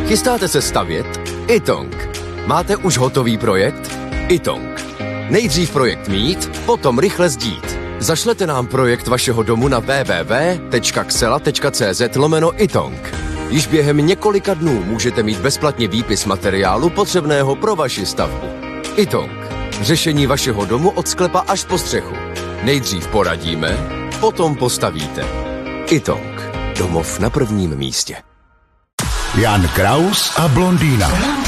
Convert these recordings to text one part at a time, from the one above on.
Chystáte se stavět? iTong. Máte už hotový projekt? iTong. Nejdřív projekt mít, potom rychle sdít. Zašlete nám projekt vašeho domu na www.xela.cz/iTong. Již během několika dnů můžete mít bezplatně výpis materiálu potřebného pro vaši stavbu. iTong. Řešení vašeho domu od sklepa až po střechu. Nejdřív poradíme, potom postavíte. iTong. Domov na prvním místě. Jan Kraus a blondýna.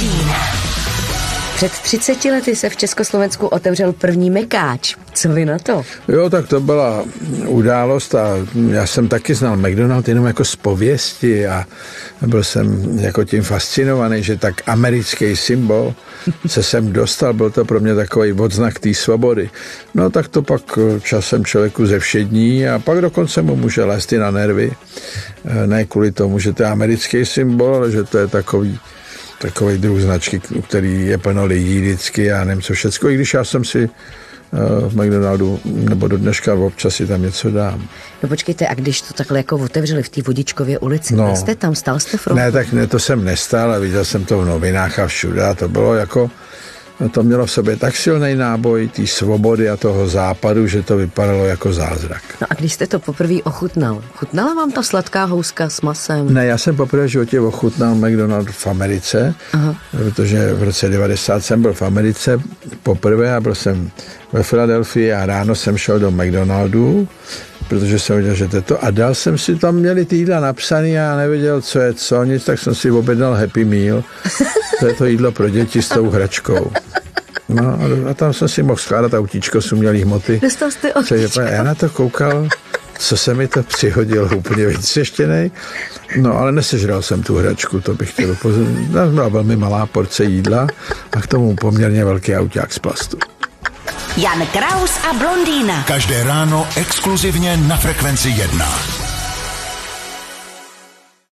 Před 30 lety se v Československu otevřel první mekáč. Co vy na to? Jo, tak to byla událost a já jsem taky znal McDonald jenom jako z pověsti a byl jsem jako tím fascinovaný, že tak americký symbol se sem dostal, byl to pro mě takový odznak té svobody. No tak to pak časem člověku zevšední a pak dokonce mu může lézt i na nervy. Ne kvůli tomu, že to je americký symbol, ale že to je takový druh značky, který je plno lidí vždycky a nevím co všecko, i když já jsem si v McDonaldu nebo do dneška občas si tam něco dám. No počkejte, a když to takhle jako otevřeli v té Vodičkově ulici, byl jste tam, stál jste v rohu? Ne, tak ne, to jsem nestál a viděl jsem to v novinách a všude a to bylo jako, to mělo v sobě tak silný náboj té svobody a toho západu, že to vypadalo jako zázrak. No a když jste to poprvé ochutnal, chutnala vám ta sladká houska s masem? Ne, já jsem poprvé v životě ochutnal McDonald v Americe, protože v roce 90 jsem byl v Americe poprvé a byl jsem ve Filadelfii a ráno jsem šel do McDonaldu, protože jsem viděl, že to je to a dal jsem si, tam měli ty jídla napsaný a já nevěděl, co je co, nic, tak jsem si objednal Happy Meal. To je to jídlo pro děti s tou hračkou. No a tam jsem si mohl skládat autíčko z umělý hmoty. Dostal jste autíčko. Já na to koukal, co se mi to přihodilo, úplně vytřeštěnej. No ale nesežral jsem tu hračku, to bych chtěl upozornit. Byla velmi malá porce jídla a k tomu poměrně velký auták z plastu. Jan Kraus a blondýna. Každé ráno exkluzivně na Frekvenci 1.